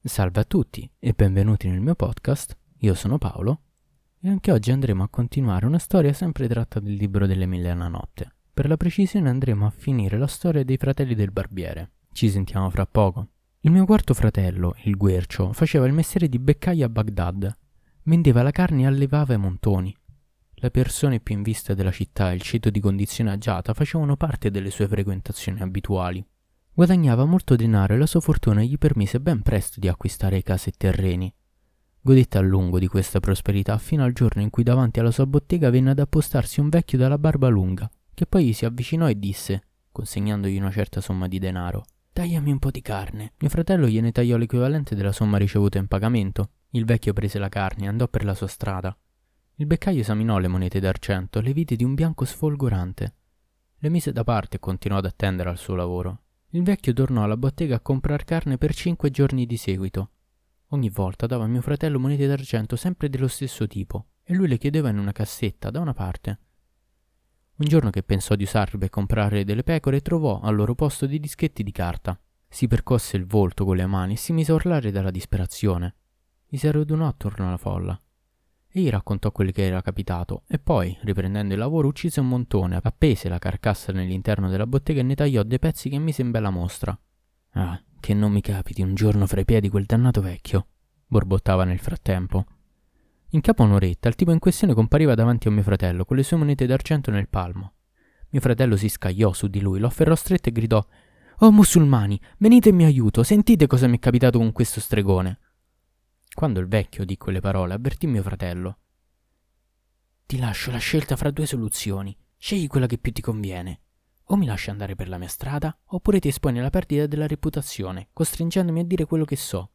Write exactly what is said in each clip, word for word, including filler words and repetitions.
Salve a tutti e benvenuti nel mio podcast, io sono Paolo e anche oggi andremo a continuare una storia sempre tratta del libro delle mille e una notte. Per la precisione andremo a finire la storia dei fratelli del barbiere. Ci sentiamo fra poco. Il mio quarto fratello, il Guercio, faceva il mestiere di beccaio a Baghdad. Vendeva la carne e allevava i montoni. Le persone più in vista della città e il ceto di condizione agiata facevano parte delle sue frequentazioni abituali. Guadagnava molto denaro e la sua fortuna gli permise ben presto di acquistare case e terreni. Godette a lungo di questa prosperità fino al giorno in cui davanti alla sua bottega venne ad appostarsi un vecchio dalla barba lunga, che poi gli si avvicinò e disse, consegnandogli una certa somma di denaro: «Tagliami un po' di carne». Mio fratello gliene tagliò l'equivalente della somma ricevuta in pagamento. Il vecchio prese la carne e andò per la sua strada. Il beccaio esaminò le monete d'argento, le vide di un bianco sfolgorante. Le mise da parte e continuò ad attendere al suo lavoro. Il vecchio tornò alla bottega a comprar carne per cinque giorni di seguito. Ogni volta dava a mio fratello monete d'argento sempre dello stesso tipo e lui le chiedeva in una cassetta da una parte. Un giorno che pensò di usarle per comprare delle pecore, trovò al loro posto dei dischetti di carta. Si percosse il volto con le mani e si mise a urlare dalla disperazione. Gli si radunò attorno alla folla. Egli raccontò quello che era capitato e poi, riprendendo il lavoro, uccise un montone, appese la carcassa nell'interno della bottega e ne tagliò dei pezzi che mise in bella mostra. «Ah, che non mi capiti un giorno fra i piedi quel dannato vecchio», borbottava nel frattempo. In capo a un'oretta il tipo in questione compariva davanti a mio fratello con le sue monete d'argento nel palmo. Mio fratello si scagliò su di lui, lo afferrò stretto e gridò: «Oh musulmani, venite in mio aiuto, sentite cosa mi è capitato con questo stregone». Quando il vecchio udì quelle parole, avvertì mio fratello: «Ti lascio la scelta fra due soluzioni. Scegli quella che più ti conviene. O mi lasci andare per la mia strada, oppure ti esponi alla perdita della reputazione, costringendomi a dire quello che so».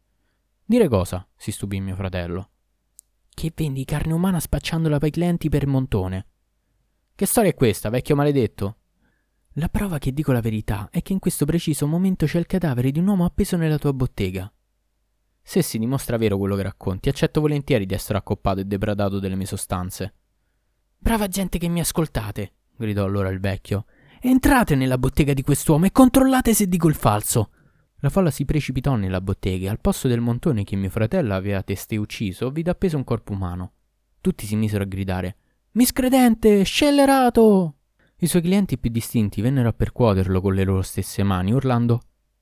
«Dire cosa?» si stupì mio fratello. «Che vendi carne umana spacciandola per i clienti per montone». «Che storia è questa, vecchio maledetto?» «La prova che dico la verità è che in questo preciso momento c'è il cadavere di un uomo appeso nella tua bottega». «Se si dimostra vero quello che racconti, accetto volentieri di essere accoppato e depredato delle mie sostanze». «Brava gente che mi ascoltate», gridò allora il vecchio. «Entrate nella bottega di quest'uomo e controllate se dico il falso». La folla si precipitò nella bottega e al posto del montone che mio fratello aveva testé ucciso vide appeso un corpo umano. Tutti si misero a gridare: «Miscredente! Scellerato!» I suoi clienti più distinti vennero a percuoterlo con le loro stesse mani, urlando: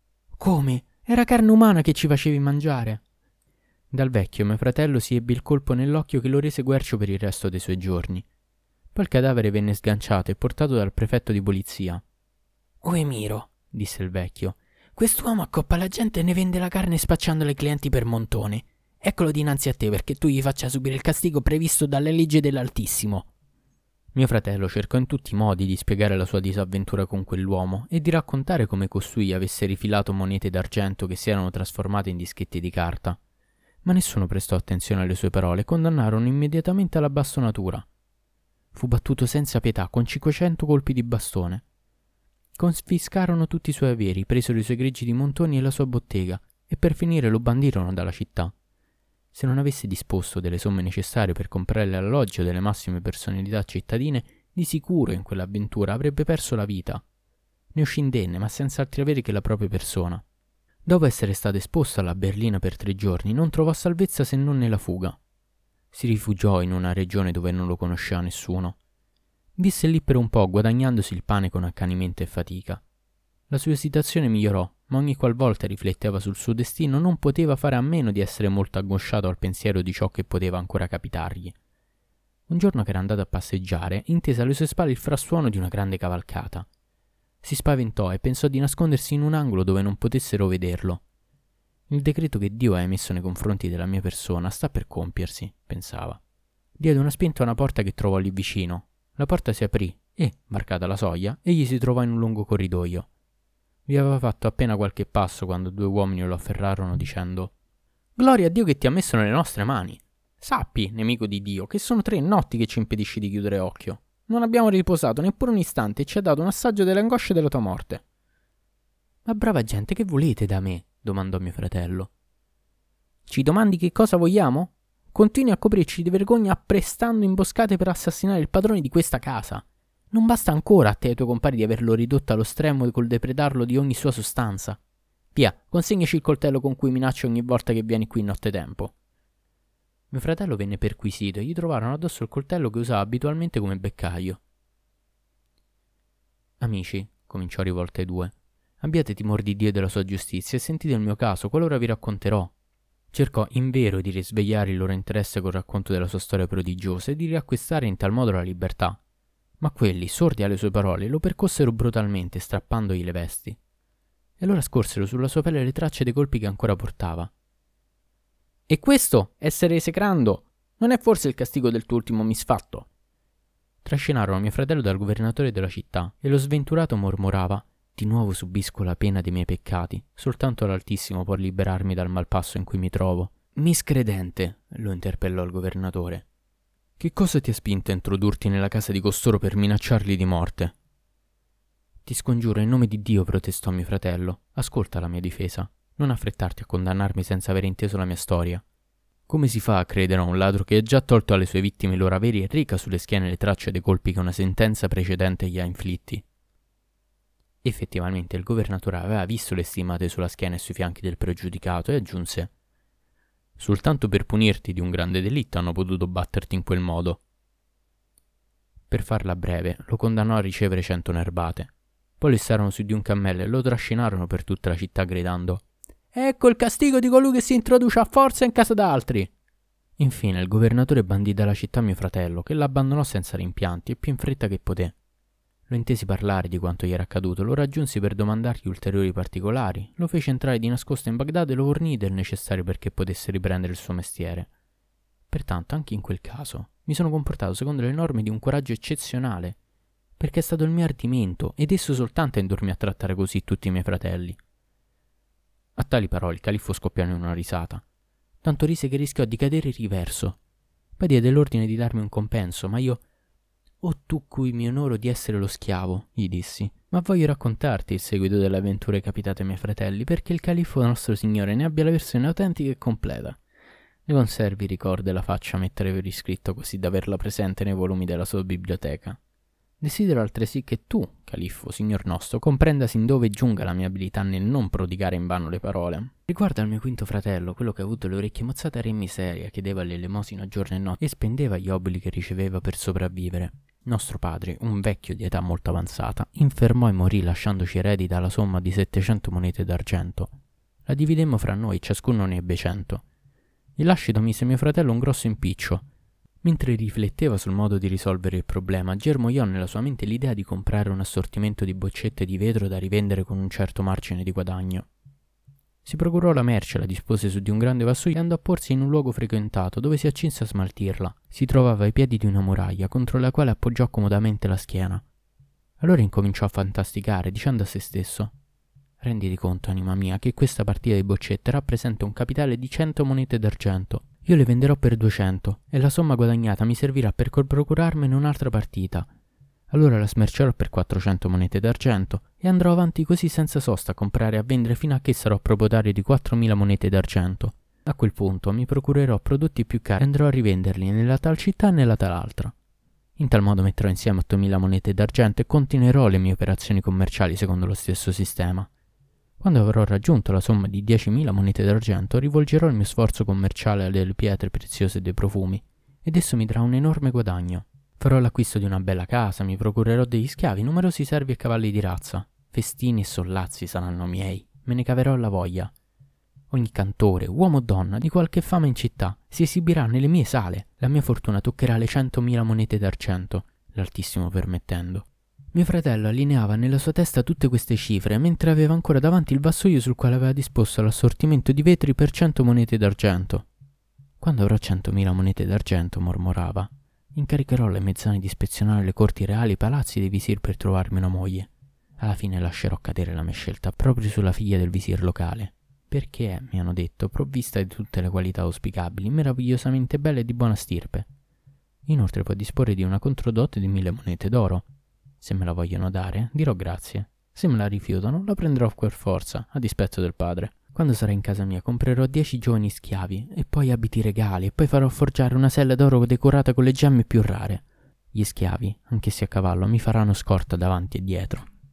«Come? Era carne umana che ci facevi mangiare!» Dal vecchio mio fratello si ebbe il colpo nell'occhio che lo rese guercio per il resto dei suoi giorni. Poi il cadavere venne sganciato e portato dal prefetto di polizia. «O Emiro», disse il vecchio, «quest'uomo accoppa la gente e ne vende la carne spacciandola ai clienti per montone. Eccolo dinanzi a te perché tu gli faccia subire il castigo previsto dalle leggi dell'Altissimo». Mio fratello cercò in tutti i modi di spiegare la sua disavventura con quell'uomo e di raccontare come costui avesse rifilato monete d'argento che si erano trasformate in dischetti di carta. Ma nessuno prestò attenzione alle sue parole e condannarono immediatamente alla bastonatura. Fu battuto senza pietà con cinquecento colpi di bastone. Confiscarono tutti i suoi averi, presero i suoi greggi di montoni e la sua bottega e per finire lo bandirono dalla città. Se non avesse disposto delle somme necessarie per comprare l'alloggio delle massime personalità cittadine, di sicuro in quell'avventura avrebbe perso la vita. Ne uscì indenne, ma senza altri averi che la propria persona. Dopo essere stato esposto alla berlina per tre giorni, non trovò salvezza se non nella fuga. Si rifugiò in una regione dove non lo conosceva nessuno. Visse lì per un po', guadagnandosi il pane con accanimento e fatica. La sua situazione migliorò, ma ogni qualvolta rifletteva sul suo destino non poteva fare a meno di essere molto angosciato al pensiero di ciò che poteva ancora capitargli. Un giorno che era andato a passeggiare, intese alle sue spalle il frastuono di una grande cavalcata. Si spaventò e pensò di nascondersi in un angolo dove non potessero vederlo. Il decreto che Dio ha emesso nei confronti della mia persona sta per compiersi, pensava. Diede una spinta a una porta che trovò lì vicino. La porta si aprì e, varcata la soglia, egli si trovò in un lungo corridoio. Vi aveva fatto appena qualche passo quando due uomini lo afferrarono dicendo: «Gloria a Dio che ti ha messo nelle nostre mani. Sappi, nemico di Dio, che sono tre notti che ci impedisci di chiudere occhio. Non abbiamo riposato neppure un istante e ci ha dato un assaggio delle angosce della tua morte». «Ma brava gente, che volete da me?» domandò mio fratello. «Ci domandi che cosa vogliamo? Continui a coprirci di vergogna apprestando imboscate per assassinare il padrone di questa casa. Non basta ancora a te e ai tuoi compari di averlo ridotto allo stremo col depredarlo di ogni sua sostanza. Via, consegnaci il coltello con cui minacci ogni volta che vieni qui nottetempo. Mio fratello venne perquisito e gli trovarono addosso il coltello che usava abitualmente come beccaio. Amici, cominciò rivolta ai due, abbiate timore di Dio e della sua giustizia e sentite il mio caso qualora vi racconterò. Cercò invero di risvegliare il loro interesse col racconto della sua storia prodigiosa e di riacquistare in tal modo la libertà. Ma quelli, sordi alle sue parole, lo percossero brutalmente, strappandogli le vesti. E allora scorsero sulla sua pelle le tracce dei colpi che ancora portava. E questo, essere esecrando, non è forse il castigo del tuo ultimo misfatto? Trascinarono mio fratello dal governatore della città e lo sventurato mormorava: di nuovo subisco la pena dei miei peccati, soltanto l'Altissimo può liberarmi dal malpasso in cui mi trovo. Miscredente, lo interpellò il governatore. Che cosa ti ha spinto a introdurti nella casa di costoro per minacciarli di morte? Ti scongiuro in nome di Dio, protestò mio fratello, ascolta la mia difesa, non affrettarti a condannarmi senza aver inteso la mia storia. Come si fa a credere a un ladro che ha già tolto alle sue vittime i loro averi e reca sulle schiene le tracce dei colpi che una sentenza precedente gli ha inflitti? Effettivamente il governatore aveva visto le stimate sulla schiena e sui fianchi del pregiudicato e aggiunse: soltanto per punirti di un grande delitto hanno potuto batterti in quel modo. Per farla breve, lo condannò a ricevere cento nerbate. Poi lo issarono su di un cammello e lo trascinarono per tutta la città gridando: ecco il castigo di colui che si introduce a forza in casa d'altri! Infine il governatore bandì dalla città mio fratello, che l'abbandonò senza rimpianti e più in fretta che poté. Lo intesi parlare di quanto gli era accaduto, lo raggiunsi per domandargli ulteriori particolari, lo fece entrare di nascosto in Baghdad e lo fornii del necessario perché potesse riprendere il suo mestiere. Pertanto, anche in quel caso, mi sono comportato secondo le norme di un coraggio eccezionale, perché è stato il mio ardimento, ed esso soltanto a indurmi a trattare così tutti i miei fratelli. A tali parole il califfo scoppiò in una risata. Tanto rise che rischiò di cadere in riverso. Poi diede l'ordine di darmi un compenso, ma io... «O tu cui mi onoro di essere lo schiavo», gli dissi, «ma voglio raccontarti il seguito delle avventure capitate ai miei fratelli, perché il califfo nostro Signore ne abbia la versione autentica e completa. Ne conservi ricordo e la faccia mettere per iscritto così da averla presente nei volumi della sua biblioteca. Desidero altresì che tu, califfo, signor nostro, comprenda sin dove giunga la mia abilità nel non prodigare invano le parole. Riguardo al mio quinto fratello, quello che ha avuto le orecchie mozzate era in miseria, chiedeva l'elemosina giorno e notte e spendeva gli obblighi che riceveva per sopravvivere. Nostro padre, un vecchio di età molto avanzata, infermò e morì lasciandoci eredita la somma di settecento monete d'argento. La dividemmo fra noi, ciascuno ne ebbe cento. Il lascito mise mio fratello un grosso impiccio. Mentre rifletteva sul modo di risolvere il problema, germogliò nella sua mente l'idea di comprare un assortimento di boccette di vetro da rivendere con un certo margine di guadagno. Si procurò la merce, la dispose su di un grande vassoio e andò a porsi in un luogo frequentato dove si accinse a smaltirla. Si trovava ai piedi di una muraglia contro la quale appoggiò comodamente la schiena. Allora incominciò a fantasticare dicendo a se stesso: renditi conto, anima mia, che questa partita di boccette rappresenta un capitale di cento monete d'argento. Io le venderò per duecento e la somma guadagnata mi servirà per procurarmene un'altra partita. Allora la smercerò per quattrocento monete d'argento e andrò avanti così senza sosta a comprare e a vendere fino a che sarò proprietario di quattromila monete d'argento. A quel punto mi procurerò prodotti più cari e andrò a rivenderli nella tal città e nella tal altra. In tal modo metterò insieme ottomila monete d'argento e continuerò le mie operazioni commerciali secondo lo stesso sistema. Quando avrò raggiunto la somma di diecimila monete d'argento, rivolgerò il mio sforzo commerciale alle pietre preziose e dei profumi, ed esso mi darà un enorme guadagno. Farò l'acquisto di una bella casa, mi procurerò degli schiavi, numerosi servi e cavalli di razza. Festini e sollazzi saranno miei, me ne caverò la voglia. Ogni cantore, uomo o donna, di qualche fama in città, si esibirà nelle mie sale. La mia fortuna toccherà le centomila monete d'argento, l'Altissimo permettendo. Mio fratello allineava nella sua testa tutte queste cifre, mentre aveva ancora davanti il vassoio sul quale aveva disposto l'assortimento di vetri per cento monete d'argento. Quando avrò centomila monete d'argento, mormorava, incaricherò le mezzane di ispezionare le corti reali e i palazzi dei visir per trovarmi una moglie. Alla fine lascerò cadere la mia scelta proprio sulla figlia del visir locale, perché è, mi hanno detto, provvista di tutte le qualità auspicabili, meravigliosamente bella e di buona stirpe. Inoltre può disporre di una controdotte di mille monete d'oro. Se me la vogliono dare, dirò grazie. Se me la rifiutano, la prenderò per forza, a dispetto del padre. Quando sarà in casa mia, comprerò dieci giovani schiavi, e poi abiti regali, e poi farò forgiare una sella d'oro decorata con le gemme più rare. Gli schiavi, anch'essi a cavallo, mi faranno scorta davanti e dietro.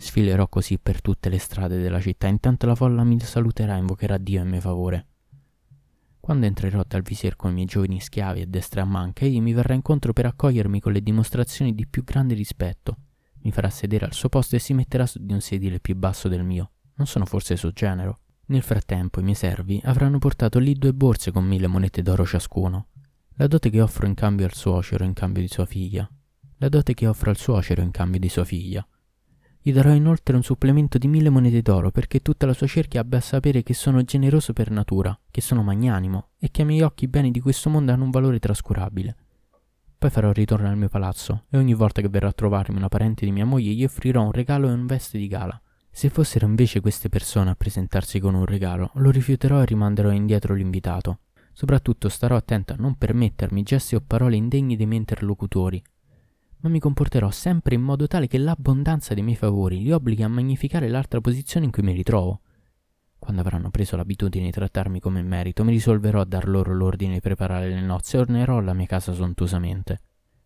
Sfilerò così per tutte le strade della città, intanto la folla mi saluterà e invocherà Dio in mio favore. Quando entrerò dal visir con i miei giovani schiavi a destra e a manca, egli mi verrà incontro per accogliermi con le dimostrazioni di più grande rispetto. Mi farà sedere al suo posto e si metterà su di un sedile più basso del mio. Non sono forse suo genero? Nel frattempo i miei servi avranno portato lì due borse con mille monete d'oro ciascuno. La dote che offro in cambio al suocero in cambio di sua figlia. La dote che offro al suocero in cambio di sua figlia. Gli darò inoltre un supplemento di mille monete d'oro perché tutta la sua cerchia abbia a sapere che sono generoso per natura, che sono magnanimo e che ai miei occhi i beni di questo mondo hanno un valore trascurabile. Poi farò ritorno al mio palazzo e ogni volta che verrà a trovarmi una parente di mia moglie gli offrirò un regalo e un veste di gala. Se fossero invece queste persone a presentarsi con un regalo, lo rifiuterò e rimanderò indietro l'invitato. Soprattutto starò attento a non permettermi gesti o parole indegni dei miei interlocutori, ma mi comporterò sempre in modo tale che l'abbondanza dei miei favori li obblighi a magnificare l'altra posizione in cui mi ritrovo. Quando avranno preso l'abitudine di trattarmi come merito, mi risolverò a dar loro l'ordine di preparare le nozze e ornerò la mia casa sontuosamente.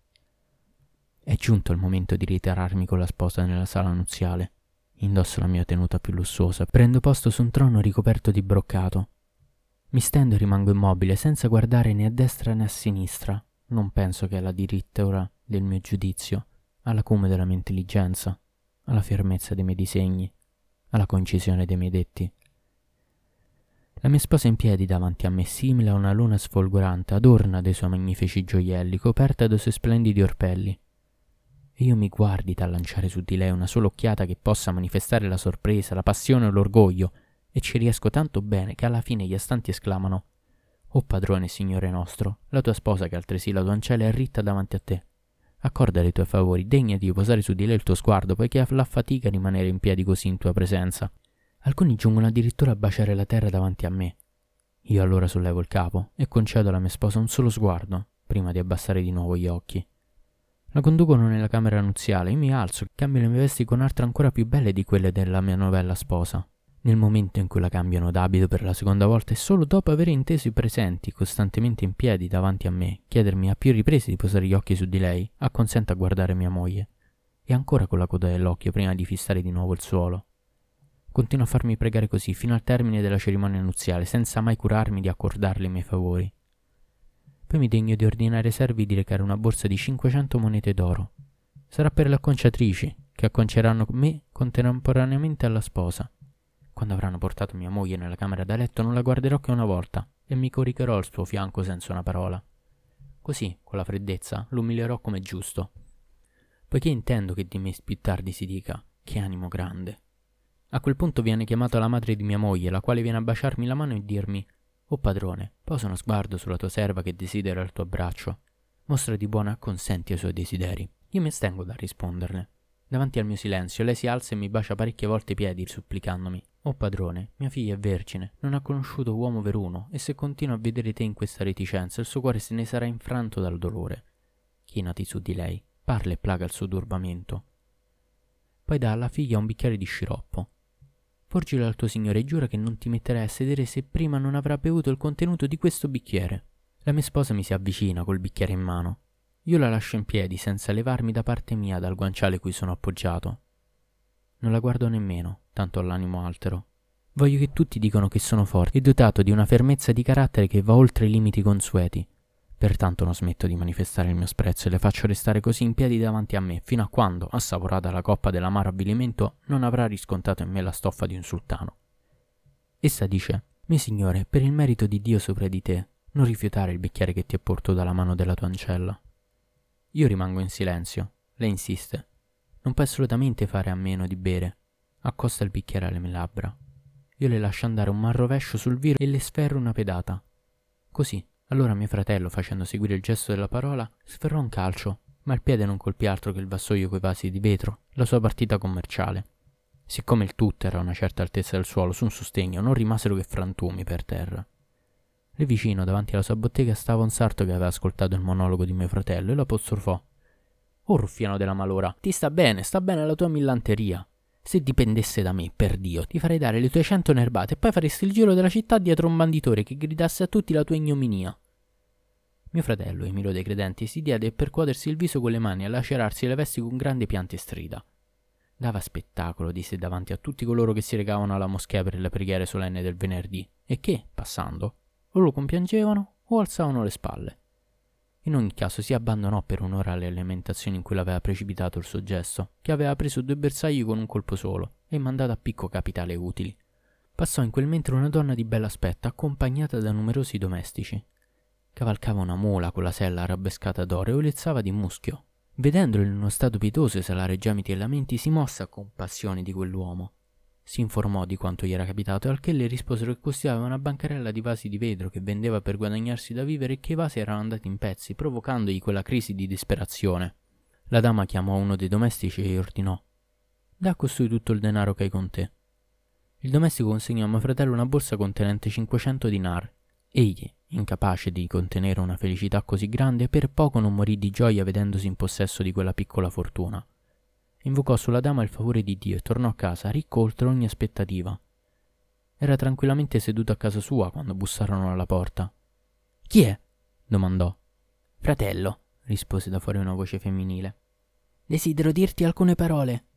È giunto il momento di ritirarmi con la sposa nella sala nuziale. Indosso la mia tenuta più lussuosa, prendo posto su un trono ricoperto di broccato. Mi stendo e rimango immobile, senza guardare né a destra né a sinistra. Non penso che alla dirittura del mio giudizio, all'acume della mia intelligenza, alla fermezza dei miei disegni, alla concisione dei miei detti. La mia sposa è in piedi davanti a me, simile a una luna sfolgorante, adorna dei suoi magnifici gioielli, coperta dai suoi splendidi orpelli. E io mi guardita a lanciare su di lei una sola occhiata che possa manifestare la sorpresa, la passione o l'orgoglio, e ci riesco tanto bene che alla fine gli astanti esclamano: «O padrone, signore nostro, la tua sposa, che altresì la tua ancella, è ritta davanti a te. Accordale i tuoi favori, degna di posare su di lei il tuo sguardo, poiché la fatica rimanere in piedi così in tua presenza. Alcuni giungono addirittura a baciare la terra davanti a me. Io allora sollevo il capo e concedo alla mia sposa un solo sguardo, prima di abbassare di nuovo gli occhi. La conducono nella camera nuziale, io mi alzo, cambio le mie vesti con altre ancora più belle di quelle della mia novella sposa. Nel momento in cui la cambiano d'abito per la seconda volta e solo dopo aver inteso i presenti, costantemente in piedi davanti a me, chiedermi a più riprese di posare gli occhi su di lei, acconsento a guardare mia moglie. E ancora con la coda dell'occhio prima di fissare di nuovo il suolo. Continuo a farmi pregare così fino al termine della cerimonia nuziale, senza mai curarmi di accordarle i miei favori. Poi mi degno di ordinare ai servi di recare una borsa di cinquecento monete d'oro. Sarà per le acconciatrici, che acconceranno me contemporaneamente alla sposa. Quando avranno portato mia moglie nella camera da letto non la guarderò che una volta e mi coricherò al suo fianco senza una parola. Così, con la freddezza, l'umilierò come giusto. Poiché intendo che di me più tardi si dica: che animo grande. A quel punto viene chiamata la madre di mia moglie, la quale viene a baciarmi la mano e dirmi: «O padrone, posa uno sguardo sulla tua serva che desidera il tuo abbraccio. Mostra di buona acconsenti ai suoi desideri». Io mi astengo da risponderle. Davanti al mio silenzio, lei si alza e mi bacia parecchie volte i piedi, supplicandomi: «O padrone, mia figlia è vergine, non ha conosciuto uomo veruno, e se continua a vedere te in questa reticenza, il suo cuore se ne sarà infranto dal dolore. Chinati su di lei, parla e placa il suo turbamento». Poi dà alla figlia un bicchiere di sciroppo. «Porgilo al tuo signore e giura che non ti metterai a sedere se prima non avrà bevuto il contenuto di questo bicchiere». La mia sposa mi si avvicina col bicchiere in mano. Io la lascio in piedi senza levarmi da parte mia dal guanciale cui sono appoggiato. Non la guardo nemmeno, tanto ho l'animo altero. Voglio che tutti dicano che sono forte e dotato di una fermezza di carattere che va oltre i limiti consueti. Pertanto non smetto di manifestare il mio sprezzo e le faccio restare così in piedi davanti a me, fino a quando, assaporata la coppa dell'amaro avvilimento, non avrà riscontrato in me la stoffa di un sultano. Essa dice: «Mio signore, per il merito di Dio sopra di te, non rifiutare il bicchiere che ti è porto dalla mano della tua ancella». Io rimango in silenzio. Lei insiste. Non puoi assolutamente fare a meno di bere. Accosta il bicchiere alle mie labbra. Io le lascio andare un manrovescio sul viro e le sferro una pedata. Così, allora mio fratello, facendo seguire il gesto della parola, sferrò un calcio, ma il piede non colpì altro che il vassoio coi vasi di vetro, la sua partita commerciale. Siccome il tutto era a una certa altezza del suolo, su un sostegno, non rimasero che frantumi per terra. Lì vicino, davanti alla sua bottega, stava un sarto che aveva ascoltato il monologo di mio fratello e lo apostrofò: «Oh ruffiano della malora, ti sta bene, sta bene la tua millanteria. Se dipendesse da me, per Dio, ti farei dare le tue cento nerbate e poi faresti il giro della città dietro un banditore che gridasse a tutti la tua ignominia». Mio fratello, Emilio dei Credenti, si diede a percuotersi il viso con le mani e a lacerarsi le vesti con grande pianto e strida. Dava spettacolo di sé davanti a tutti coloro che si recavano alla moschea per la preghiera solenne del venerdì e che, passando, o lo compiangevano o alzavano le spalle. In ogni caso si abbandonò per un'ora alle alimentazioni in cui l'aveva precipitato il suo gesto, che aveva preso due bersagli con un colpo solo e mandato a picco capitali utili. Passò in quel mentre una donna di bell'aspetto accompagnata da numerosi domestici. Cavalcava una mula con la sella arabescata d'oro e olezzava di muschio. Vedendolo in uno stato pietoso esalare gemiti e lamenti, si mosse a compassione di quell'uomo. Si informò di quanto gli era capitato, al che le risposero che custodiava una bancarella di vasi di vetro che vendeva per guadagnarsi da vivere e che i vasi erano andati in pezzi, provocandogli quella crisi di disperazione. La dama chiamò uno dei domestici e gli ordinò: «Da a costui tutto il denaro che hai con te». Il domestico consegnò a mio fratello una borsa contenente cinquecento dinar. Egli, incapace di contenere una felicità così grande, per poco non morì di gioia vedendosi in possesso di quella piccola fortuna. Invocò sulla dama il favore di Dio e tornò a casa ricco oltre ogni aspettativa. Era tranquillamente seduto a casa sua quando bussarono alla porta. «Chi è?» domandò. «Fratello», rispose da fuori una voce femminile. «Desidero dirti alcune parole».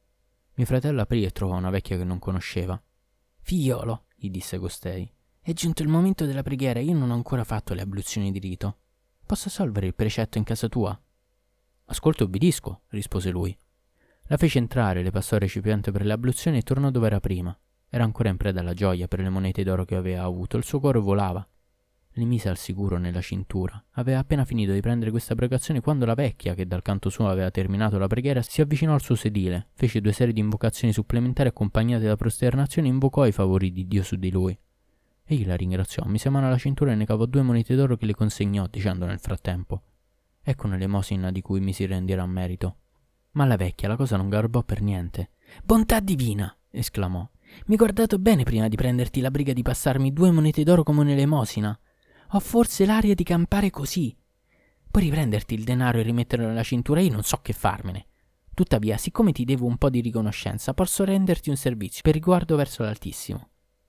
Mio fratello aprì e trovò una vecchia che non conosceva. «Figliolo», gli disse costei, «è giunto il momento della preghiera e io non ho ancora fatto le abluzioni di rito. Posso assolvere il precetto in casa tua?» «Ascolto e obbedisco», rispose lui. La fece entrare, le passò il recipiente per le abluzioni e tornò dove era prima. Era ancora in preda alla gioia per le monete d'oro che aveva avuto, il suo cuore volava. Le mise al sicuro nella cintura. Aveva appena finito di prendere questa precauzione quando la vecchia, che dal canto suo aveva terminato la preghiera, si avvicinò al suo sedile, fece due serie di invocazioni supplementari accompagnate da prosternazioni e invocò i favori di Dio su di lui. Egli la ringraziò, mise mano alla cintura e ne cavò due monete d'oro che le consegnò, dicendo nel frattempo: «Ecco un'elemosina di cui mi si renderà merito». Ma la vecchia la cosa non garbò per niente. «Bontà divina!» esclamò. «Mi hai guardato bene prima di prenderti la briga di passarmi due monete d'oro come un'elemosina. Ho forse l'aria di campare così. Puoi riprenderti il denaro e rimetterlo nella cintura, io non so che farmene. Tuttavia, siccome ti devo un po' di riconoscenza, posso renderti un servizio per riguardo verso l'Altissimo.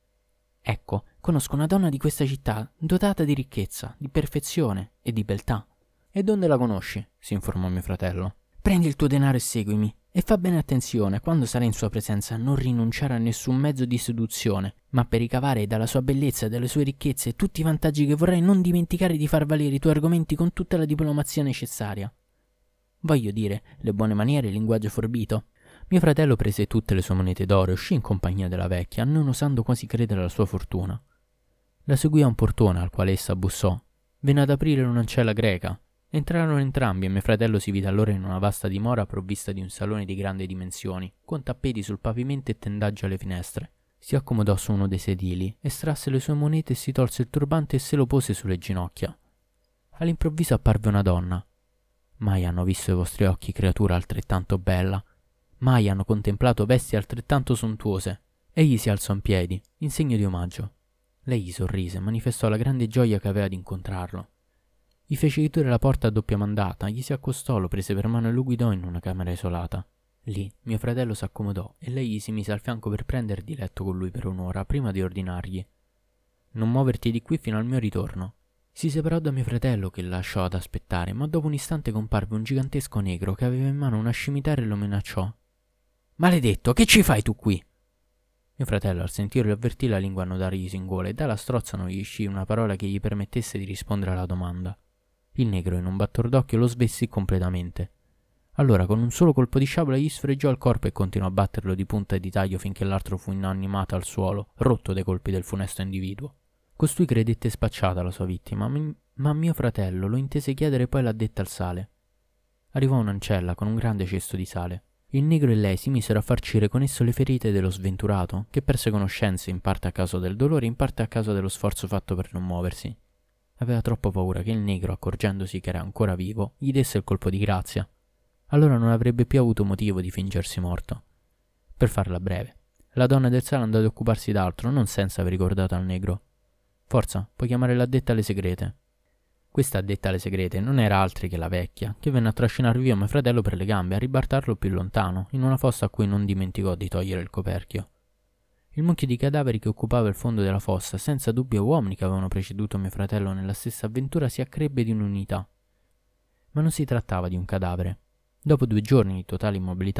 Ecco, conosco una donna di questa città, dotata di ricchezza, di perfezione e di beltà». «E donde la conosci?» si informò mio fratello. «Prendi il tuo denaro e seguimi, e fa bene attenzione, quando sarai in sua presenza, a non rinunciare a nessun mezzo di seduzione, ma per ricavare dalla sua bellezza e dalle sue ricchezze tutti i vantaggi che vorrai, non dimenticare di far valere i tuoi argomenti con tutta la diplomazia necessaria. Voglio dire, le buone maniere e il linguaggio forbito». Mio fratello prese tutte le sue monete d'oro e uscì in compagnia della vecchia, non osando quasi credere alla sua fortuna. La seguì a un portone al quale essa bussò. Venne ad aprire un'ancella greca. Entrarono entrambi e mio fratello si vide allora in una vasta dimora provvista di un salone di grandi dimensioni, con tappeti sul pavimento e tendaggi alle finestre. Si accomodò su uno dei sedili, estrasse le sue monete e si tolse il turbante e se lo pose sulle ginocchia. All'improvviso apparve una donna. «Mai hanno visto i vostri occhi creatura altrettanto bella. Mai hanno contemplato vesti altrettanto sontuose». Egli si alzò in piedi, in segno di omaggio. Lei gli sorrise e manifestò la grande gioia che aveva di incontrarlo. Gli fece chiudere la porta a doppia mandata, gli si accostò, lo prese per mano e lo guidò in una camera isolata. Lì mio fratello s'accomodò e lei gli si mise al fianco per prendere di letto con lui per un'ora prima di ordinargli: «Non muoverti di qui fino al mio ritorno». Si separò da mio fratello, che lasciò ad aspettare, ma dopo un istante comparve un gigantesco negro che aveva in mano una scimitarra e lo minacciò. «Maledetto, che ci fai tu qui?» Mio fratello al sentirlo avvertì la lingua annodarglisi in gola e dalla strozza non gli uscì una parola che gli permettesse di rispondere alla domanda. Il negro in un battor d'occhio lo svestì completamente. Allora con un solo colpo di sciabola gli sfregiò il corpo e continuò a batterlo di punta e di taglio finché l'altro fu inanimato al suolo, rotto dai colpi del funesto individuo. Costui credette spacciata la sua vittima, ma mio fratello lo intese chiedere e poi l'addetta al sale. Arrivò un'ancella con un grande cesto di sale. Il negro e lei si misero a farcire con esso le ferite dello sventurato, che perse conoscenze in parte a causa del dolore e in parte a causa dello sforzo fatto per non muoversi. Aveva troppo paura che il negro, accorgendosi che era ancora vivo, gli desse il colpo di grazia. Allora non avrebbe più avuto motivo di fingersi morto. Per farla breve, la donna del sale andò ad occuparsi d'altro, non senza aver ricordato al negro: «Forza, puoi chiamare l'addetta alle segrete». Questa addetta alle segrete non era altri che la vecchia, che venne a trascinar via mio fratello per le gambe e a ribartarlo più lontano, in una fossa a cui non dimenticò di togliere il coperchio. Il mucchio di cadaveri che occupava il fondo della fossa, senza dubbio uomini che avevano preceduto mio fratello nella stessa avventura, si accrebbe di un'unità. Ma non si trattava di un cadavere. Dopo due giorni di totale immobilità,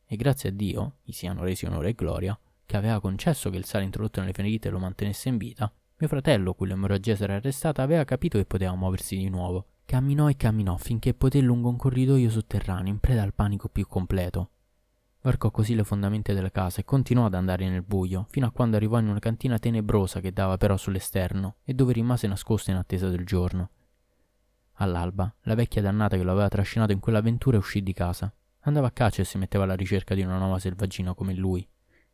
e grazie a Dio, gli siano resi onore e gloria, che aveva concesso che il sale introdotto nelle ferite lo mantenesse in vita, mio fratello, cui l'emorragia si era arrestata, aveva capito che poteva muoversi di nuovo. Camminò e camminò finché poté lungo un corridoio sotterraneo, in preda al panico più completo. Varcò così le fondamenta della casa e continuò ad andare nel buio, fino a quando arrivò in una cantina tenebrosa che dava però sull'esterno e dove rimase nascosto in attesa del giorno. All'alba, la vecchia dannata che lo aveva trascinato in quell'avventura uscì di casa. Andava a caccia e si metteva alla ricerca di una nuova selvaggina come lui.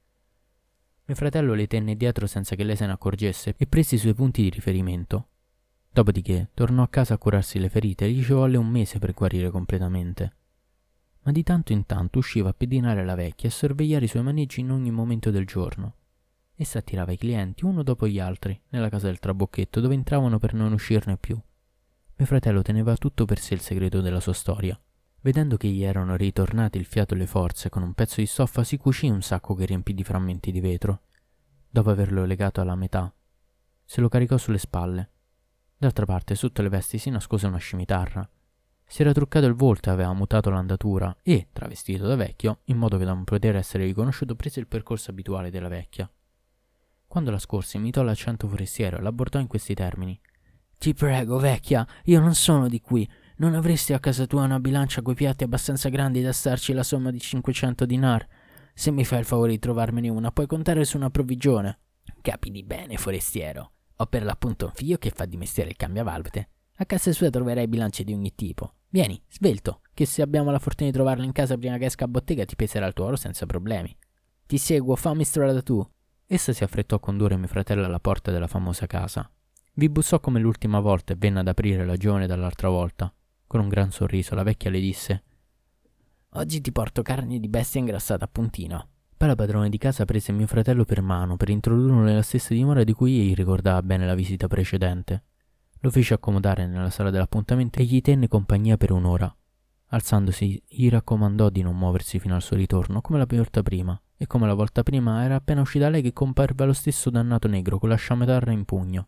Mio fratello le tenne dietro senza che lei se ne accorgesse e prese i suoi punti di riferimento. Dopodiché tornò a casa a curarsi le ferite e gli ci volle un mese per guarire completamente. Ma di tanto in tanto usciva a pedinare la vecchia e a sorvegliare i suoi maneggi in ogni momento del giorno. Essa attirava i clienti uno dopo gli altri nella casa del trabocchetto, dove entravano per non uscirne più. Mio fratello teneva tutto per sé il segreto della sua storia. Vedendo che gli erano ritornati il fiato e le forze, con un pezzo di stoffa si cucì un sacco che riempì di frammenti di vetro. Dopo averlo legato alla metà, se lo caricò sulle spalle. D'altra parte, sotto le vesti si nascose una scimitarra. Si era truccato il volto e aveva mutato l'andatura e, travestito da vecchio, in modo che da non poter essere riconosciuto, prese il percorso abituale della vecchia. Quando la scorse imitò l'accento forestiero e l'abbordò in questi termini. «Ti prego, vecchia, io non sono di qui. Non avresti a casa tua una bilancia coi piatti abbastanza grandi da starci la somma di cinquecento dinar? Se mi fai il favore di trovarmene una, puoi contare su una provvigione». «Capiti bene, forestiero. Ho per l'appunto un figlio che fa di mestiere il cambiavalvute. A casa sua troverai bilance di ogni tipo. Vieni, svelto, che se abbiamo la fortuna di trovarla in casa prima che esca a bottega ti peserà il tuo oro senza problemi». «Ti seguo, fammi strada tu». Essa si affrettò a condurre mio fratello alla porta della famosa casa. Vi bussò come l'ultima volta e venne ad aprire la giovane dall'altra volta. Con un gran sorriso la vecchia le disse: «Oggi ti porto carne di bestia ingrassata a puntino». Poi la padrona di casa prese mio fratello per mano per introdurlo nella stessa dimora di cui egli ricordava bene la visita precedente. Lo fece accomodare nella sala dell'appuntamento e gli tenne compagnia per un'ora. Alzandosi, gli raccomandò di non muoversi fino al suo ritorno, come la volta prima, e come la volta prima era appena uscita lei che comparve lo stesso dannato negro con la sciametarra in pugno.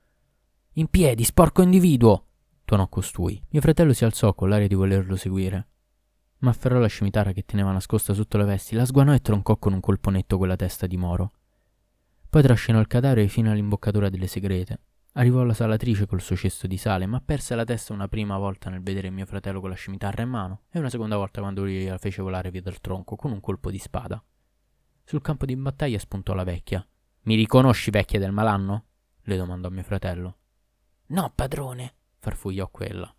«In piedi, sporco individuo!» tuonò costui. Mio fratello si alzò con l'aria di volerlo seguire, ma afferrò la scimitarra che teneva nascosta sotto le vesti, la sguanò e troncò con un colpo netto quella testa di moro. Poi trascinò il cadavere fino all'imboccatura delle segrete. Arrivò alla salatrice col suo cesto di sale, ma perse la testa una prima volta nel vedere mio fratello con la scimitarra in mano e una seconda volta quando lui la fece volare via dal tronco con un colpo di spada. Sul campo di battaglia spuntò la vecchia. «Mi riconosci, vecchia del malanno?» le domandò mio fratello. «No, padrone», farfugliò quella.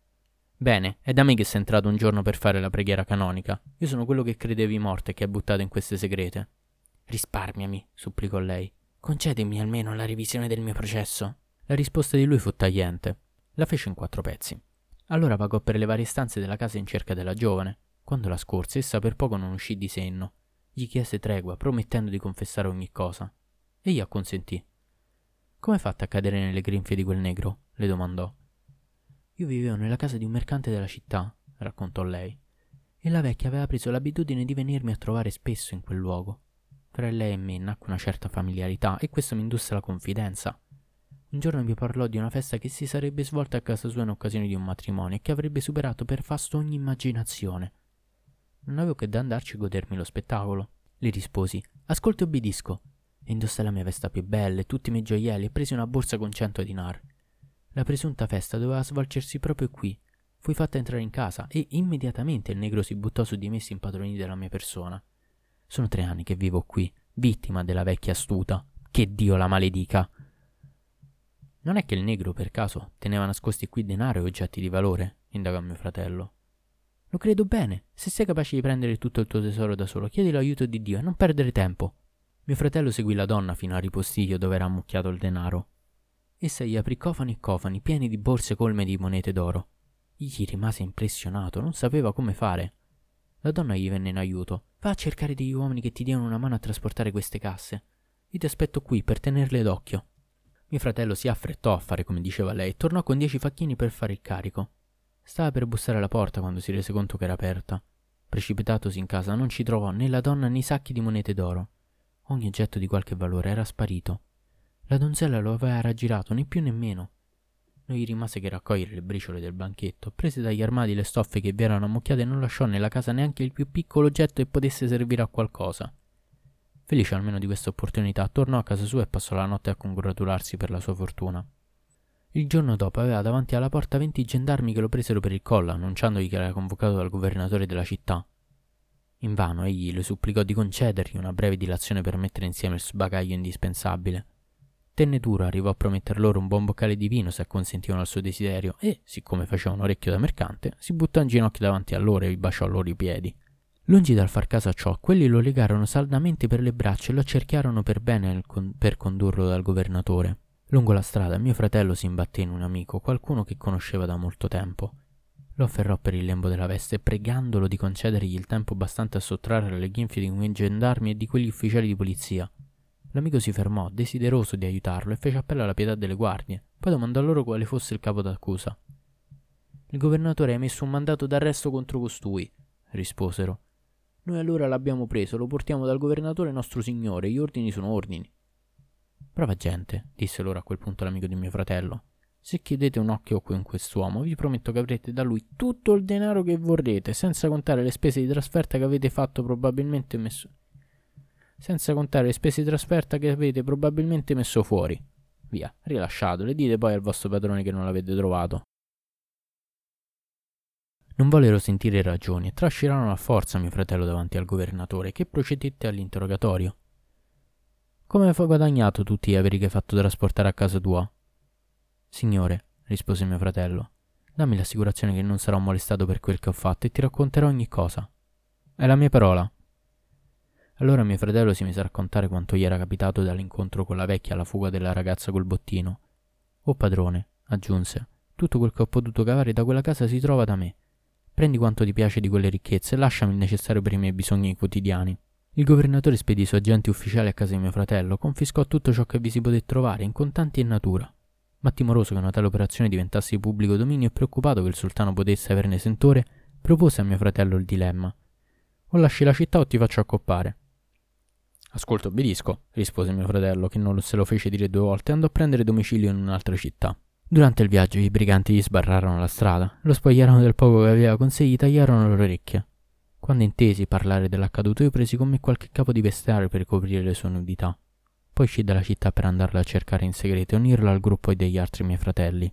«Bene, è da me che sei entrato un giorno per fare la preghiera canonica. Io sono quello che credevi morto e che è buttato in queste segrete». «Risparmiami», supplicò lei. «Concedimi almeno la revisione del mio processo». La risposta di lui fu tagliente. La fece in quattro pezzi. Allora vagò per le varie stanze della casa in cerca della giovane. Quando la scorse, essa per poco non uscì di senno. Gli chiese tregua, promettendo di confessare ogni cosa. Egli acconsentì. «Come hai fatto a cadere nelle grinfie di quel negro?» le domandò. «Io vivevo nella casa di un mercante della città», raccontò lei, «e la vecchia aveva preso l'abitudine di venirmi a trovare spesso in quel luogo. Tra lei e me nacque una certa familiarità e questo mi indusse alla confidenza. Un giorno mi parlò di una festa che si sarebbe svolta a casa sua in occasione di un matrimonio e che avrebbe superato per fasto ogni immaginazione. Non avevo che da andarci a godermi lo spettacolo. Le risposi: «Ascolta e obbedisco». E indossai la mia vesta più bella e tutti i miei gioielli e presi una borsa con cento dinar. La presunta festa doveva svolgersi proprio qui. Fui fatta entrare in casa e immediatamente il negro si buttò su di me e si impadronì della mia persona. Sono tre anni che vivo qui, vittima della vecchia astuta. Che Dio la maledica!» «Non è che il negro, per caso, teneva nascosti qui denaro e oggetti di valore?» indagò mio fratello. «Lo credo bene. Se sei capace di prendere tutto il tuo tesoro da solo, chiedi l'aiuto di Dio e non perdere tempo». Mio fratello seguì la donna fino al ripostiglio dove era ammucchiato il denaro. Essa gli aprì cofani e cofani pieni di borse colme di monete d'oro. Egli rimase impressionato, non sapeva come fare. La donna gli venne in aiuto. «Va a cercare degli uomini che ti diano una mano a trasportare queste casse. Io ti aspetto qui per tenerle d'occhio». Mio fratello si affrettò a fare come diceva lei e tornò con dieci facchini per fare il carico. Stava per bussare alla porta quando si rese conto che era aperta. Precipitatosi in casa non ci trovò né la donna né i sacchi di monete d'oro. Ogni oggetto di qualche valore era sparito. La donzella lo aveva raggirato, né più né meno. Non gli rimase che raccogliere le briciole del banchetto, prese dagli armadi le stoffe che vi erano ammucchiate e non lasciò nella casa neanche il più piccolo oggetto che potesse servire a qualcosa. Felice almeno di questa opportunità, tornò a casa sua e passò la notte a congratularsi per la sua fortuna. Il giorno dopo aveva davanti alla porta venti gendarmi che lo presero per il collo, annunciandogli che era convocato dal governatore della città. Invano egli le supplicò di concedergli una breve dilazione per mettere insieme il bagaglio indispensabile. Tenne duro, arrivò a prometter loro un buon boccale di vino se acconsentivano al suo desiderio e, siccome faceva un orecchio da mercante, si buttò in ginocchio davanti a loro e vi baciò loro i piedi. Lungi dal far caso a ciò, quelli lo legarono saldamente per le braccia e lo accerchiarono per bene con- per condurlo dal governatore. Lungo la strada mio fratello si imbatté in un amico, qualcuno che conosceva da molto tempo. Lo afferrò per il lembo della veste, pregandolo di concedergli il tempo bastante a sottrarre alle ghinfie di quei gendarmi e di quegli ufficiali di polizia. L'amico si fermò, desideroso di aiutarlo, e fece appello alla pietà delle guardie. Poi domandò loro quale fosse il capo d'accusa. «Il governatore ha emesso un mandato d'arresto contro costui», risposero. «Noi allora l'abbiamo preso, lo portiamo dal governatore nostro signore, gli ordini sono ordini». «Brava gente», disse loro a quel punto l'amico di mio fratello. «Se chiedete un occhio con quest'uomo, vi prometto che avrete da lui tutto il denaro che vorrete, senza contare le spese di trasferta che avete fatto probabilmente messo... senza contare le spese di trasferta che avete probabilmente messo fuori. Via, rilasciatelo e dite poi al vostro padrone che non l'avete trovato». Non vollero sentire ragioni e trascinarono a forza mio fratello davanti al governatore, che procedette all'interrogatorio. «Come hai guadagnato tutti gli averi che hai fatto trasportare a casa tua?» «Signore», rispose mio fratello, «dammi l'assicurazione che non sarò molestato per quel che ho fatto e ti racconterò ogni cosa». «È la mia parola». Allora mio fratello si mise a raccontare quanto gli era capitato dall'incontro con la vecchia alla fuga della ragazza col bottino. «Oh padrone», aggiunse, «tutto quel che ho potuto cavare da quella casa si trova da me. Prendi quanto ti piace di quelle ricchezze e lasciami il necessario per i miei bisogni quotidiani». Il governatore spedì i suoi agenti ufficiali a casa di mio fratello, confiscò tutto ciò che vi si poté trovare in contanti e in natura. Ma timoroso che una tale operazione diventasse di pubblico dominio e preoccupato che il sultano potesse averne sentore, propose a mio fratello il dilemma: «O lasci la città o ti faccio accoppare». «Ascolta, obbedisco», rispose mio fratello, che non se lo fece dire due volte e andò a prendere domicilio in un'altra città. Durante il viaggio i briganti gli sbarrarono la strada, lo spogliarono del poco che aveva con sé e gli tagliarono le orecchie. Quando intesi parlare dell'accaduto, io presi con me qualche capo di vestiario per coprire le sue nudità. Poi uscì dalla città per andarla a cercare in segreto e unirla al gruppo degli altri miei fratelli.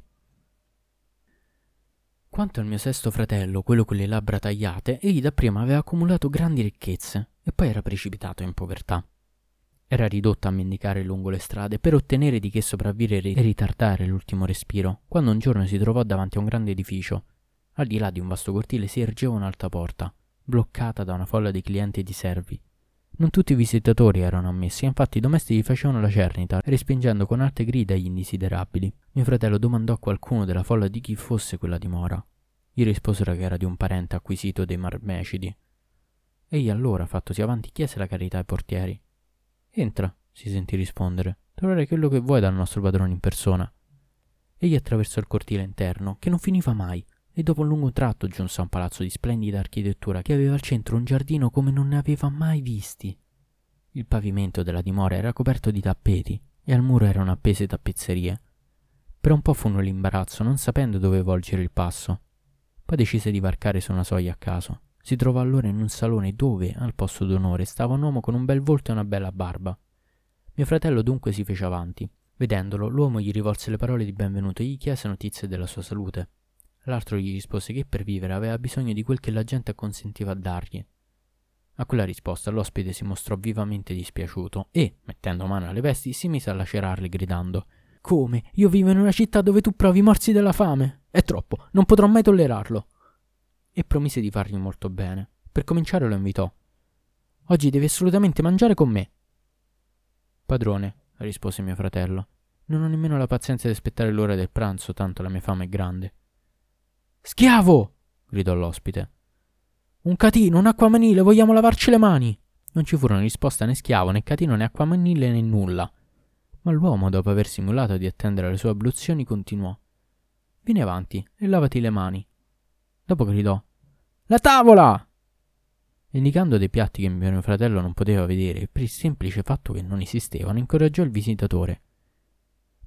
Quanto al mio sesto fratello, quello con le labbra tagliate, egli dapprima aveva accumulato grandi ricchezze e poi era precipitato in povertà. Era ridotto a mendicare lungo le strade per ottenere di che sopravvivere e ritardare l'ultimo respiro, quando un giorno si trovò davanti a un grande edificio. Al di là di un vasto cortile si ergeva un'alta porta, bloccata da una folla di clienti e di servi. Non tutti i visitatori erano ammessi, infatti i domestici facevano la cernita, respingendo con alte grida gli indesiderabili. Mio fratello domandò a qualcuno della folla di chi fosse quella dimora. Gli risposero che era di un parente acquisito dei Marmecidi. Egli allora, fattosi avanti, chiese la carità ai portieri. «Entra», si sentì rispondere, «troverai quello che vuoi dal nostro padrone in persona». Egli attraversò il cortile interno, che non finiva mai, e dopo un lungo tratto giunse a un palazzo di splendida architettura che aveva al centro un giardino come non ne aveva mai visti. Il pavimento della dimora era coperto di tappeti e al muro erano appese tappezzerie. Per un po' fu nell'imbarazzo, non sapendo dove volgere il passo. Poi decise di varcare su una soglia a caso. Si trovò allora in un salone dove, al posto d'onore, stava un uomo con un bel volto e una bella barba. Mio fratello dunque si fece avanti. Vedendolo, l'uomo gli rivolse le parole di benvenuto e gli chiese notizie della sua salute. L'altro gli rispose che per vivere aveva bisogno di quel che la gente acconsentiva a dargli. A quella risposta l'ospite si mostrò vivamente dispiaciuto e, mettendo mano alle vesti, si mise a lacerarle gridando: «Come? Io vivo in una città dove tu provi morsi della fame? È troppo, non potrò mai tollerarlo!» E promise di fargli molto bene. Per cominciare lo invitò: «Oggi devi assolutamente mangiare con me». «Padrone», rispose mio fratello, «non ho nemmeno la pazienza di aspettare l'ora del pranzo, tanto la mia fame è grande». «Schiavo!» gridò l'ospite. «Un catino, un acquamanile, vogliamo lavarci le mani!» Non ci furono risposta né schiavo, né catino, né acquamanile, né nulla. Ma l'uomo, dopo aver simulato di attendere le sue abluzioni, continuò: «Vieni avanti e lavati le mani». Dopo gridò: «La tavola!» Indicando dei piatti che mio fratello non poteva vedere, per il semplice fatto che non esistevano, incoraggiò il visitatore.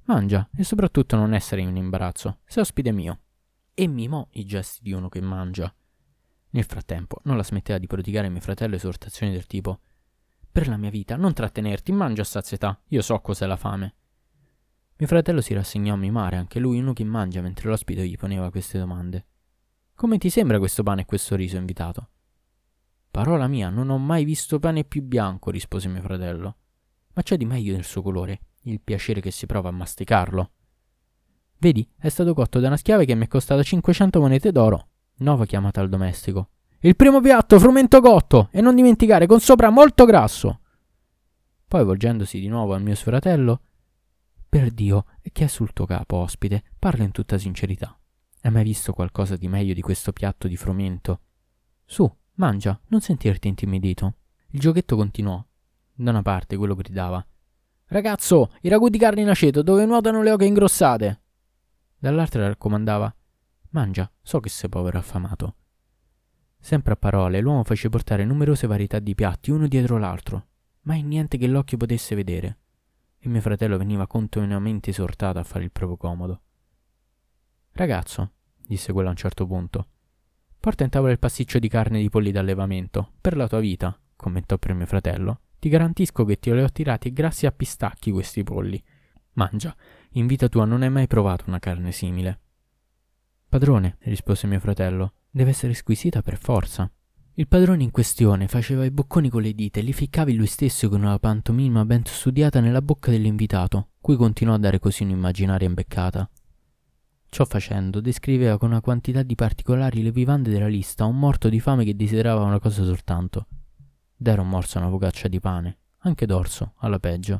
Mangia e soprattutto non essere in imbarazzo, sei ospite mio. E mimò i gesti di uno che mangia. Nel frattempo non la smetteva di prodigare a mio fratello esortazioni del tipo: per la mia vita, non trattenerti, mangia a sazietà, io so cos'è la fame. Mio fratello si rassegnò a mimare anche lui uno che mangia mentre l'ospite gli poneva queste domande. Come ti sembra questo pane e questo riso, invitato? Parola mia, non ho mai visto pane più bianco, rispose mio fratello. Ma c'è di meglio nel suo colore, il piacere che si prova a masticarlo. Vedi, è stato cotto da una schiava che mi è costata cinquecento monete d'oro. Nuova chiamata al domestico. Il primo piatto, frumento cotto, e non dimenticare, con sopra molto grasso. Poi, volgendosi di nuovo al mio fratello: per Dio, che è sul tuo capo, ospite? Parla in tutta sincerità. Hai mai visto qualcosa di meglio di questo piatto di frumento? Su, mangia, non sentirti intimidito. Il giochetto continuò. Da una parte quello gridava: ragazzo, i ragù di carne in aceto dove nuotano le oche ingrossate. Dall'altra raccomandava: mangia, so che sei povero e affamato. Sempre a parole, l'uomo fece portare numerose varietà di piatti uno dietro l'altro, mai niente che l'occhio potesse vedere, e mio fratello veniva continuamente esortato a fare il proprio comodo. Ragazzo, disse quello a un certo punto, porta in tavola il pasticcio di carne di polli d'allevamento, per la tua vita, commentò per mio fratello. Ti garantisco che te li ho tirati grassi a pistacchi questi polli. Mangia, in vita tua non hai mai provato una carne simile. Padrone, rispose mio fratello, deve essere squisita per forza. Il padrone in questione faceva i bocconi con le dita e li ficcavi lui stesso con una pantomima ben studiata nella bocca dell'invitato, cui continuò a dare così un'immaginaria imbeccata. Ciò facendo, descriveva con una quantità di particolari le vivande della lista a un morto di fame che desiderava una cosa soltanto: dare un morso a una focaccia di pane, anche d'orso, alla peggio.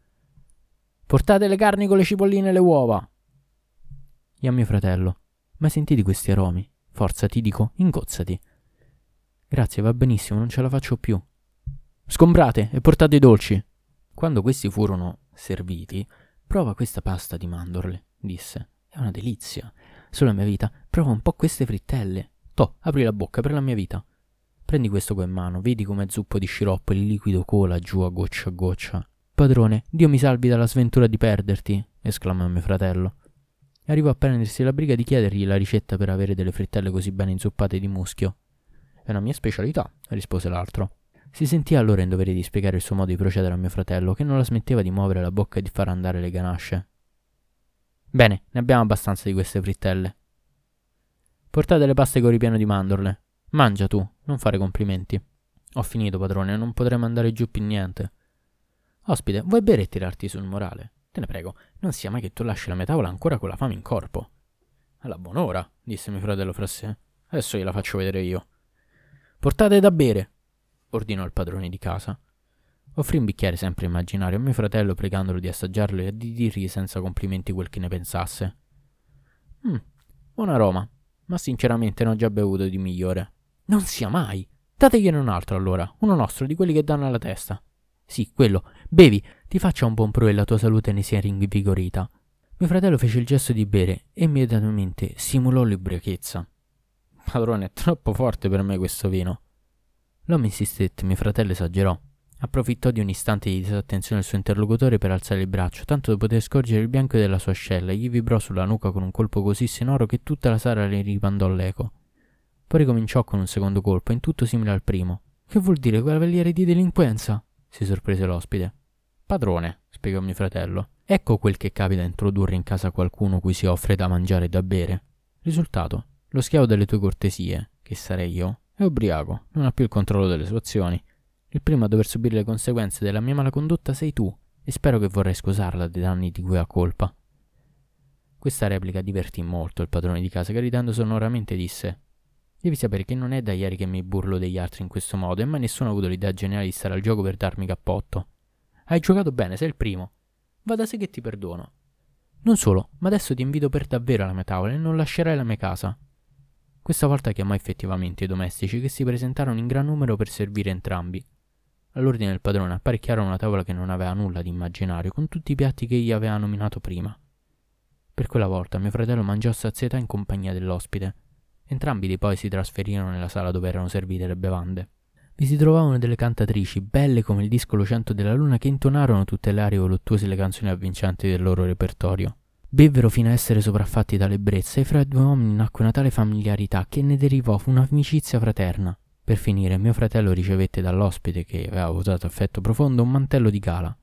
Portate le carni con le cipolline e le uova. E a mio fratello: mai sentiti questi aromi? Forza, ti dico, ingozzati. Grazie, va benissimo, non ce la faccio più. Sgombrate e portate i dolci. Quando questi furono serviti: prova questa pasta di mandorle, disse. È una delizia. Sulla mia vita, prova un po' queste frittelle. Toh, apri la bocca per la mia vita. Prendi questo qua in mano, vedi com'è zuppo di sciroppo e il liquido cola giù a goccia a goccia. Padrone, Dio mi salvi dalla sventura di perderti, esclamò mio fratello. E arrivò a prendersi la briga di chiedergli la ricetta per avere delle frittelle così bene inzuppate di muschio. È una mia specialità, rispose l'altro. Si sentì allora in dovere di spiegare il suo modo di procedere a mio fratello, che non la smetteva di muovere la bocca e di far andare le ganasce. Bene, ne abbiamo abbastanza di queste frittelle. Portate le paste con ripieno di mandorle. Mangia tu, non fare complimenti. Ho finito, padrone, non potrei mandare giù più niente. Ospite, vuoi bere e tirarti sul morale? Te ne prego, non sia mai che tu lasci la mia tavola ancora con la fame in corpo. Alla buon'ora, disse mio fratello fra sé. Adesso gliela faccio vedere io. Portate da bere, ordinò il padrone di casa. Offrì un bicchiere sempre immaginario a mio fratello, pregandolo di assaggiarlo e di dirgli senza complimenti quel che ne pensasse. Mm, buon aroma, ma sinceramente ne ho già bevuto di migliore. Non sia mai! Dategliene un altro allora, uno nostro, di quelli che danno alla testa. Sì, quello, bevi, ti faccia un buon pro e la tua salute ne sia rinvigorita. Mio fratello fece il gesto di bere e immediatamente simulò l'ubriachezza. Padrone, è troppo forte per me questo vino. L'uomo insistette, mio fratello esagerò. Approfittò di un istante di disattenzione del suo interlocutore per alzare il braccio, tanto da poter scorgere il bianco della sua ascella, e gli vibrò sulla nuca con un colpo così sonoro che tutta la sala le rimandò l'eco. Poi ricominciò con un secondo colpo, in tutto simile al primo. Che vuol dire cavaliere di delinquenza? Si sorprese l'ospite. Padrone, spiegò mio fratello, ecco quel che capita a introdurre in casa qualcuno cui si offre da mangiare e da bere. Risultato: lo schiavo delle tue cortesie, che sarei io, è ubriaco, non ha più il controllo delle sue azioni. Il primo a dover subire le conseguenze della mia malacondotta sei tu, e spero che vorrai scusarla dei danni di cui ha colpa. Questa replica divertì molto il padrone di casa, che ridendo sonoramente disse: devi sapere che non è da ieri che mi burlo degli altri in questo modo, e mai nessuno ha avuto l'idea geniale di stare al gioco per darmi cappotto. Hai giocato bene, sei il primo. Va da sé che ti perdono. Non solo, ma adesso ti invito per davvero alla mia tavola e non lascerai la mia casa. Questa volta chiamò effettivamente i domestici, che si presentarono in gran numero per servire entrambi. All'ordine del padrone apparecchiarono una tavola che non aveva nulla di immaginario, con tutti i piatti che egli aveva nominato prima. Per quella volta mio fratello mangiò a sazietà in compagnia dell'ospite. Entrambi di poi si trasferirono nella sala dove erano servite le bevande. Vi si trovavano delle cantatrici, belle come il disco lucento della luna, che intonarono tutte le arie voluttuose e le canzoni avvincenti del loro repertorio. Bevvero fino a essere sopraffatti dall'ebbrezza e fra i due uomini nacque una tale familiarità che ne derivò un'amicizia fraterna. Per finire, mio fratello ricevette dall'ospite, che aveva votato affetto profondo, un mantello di gala.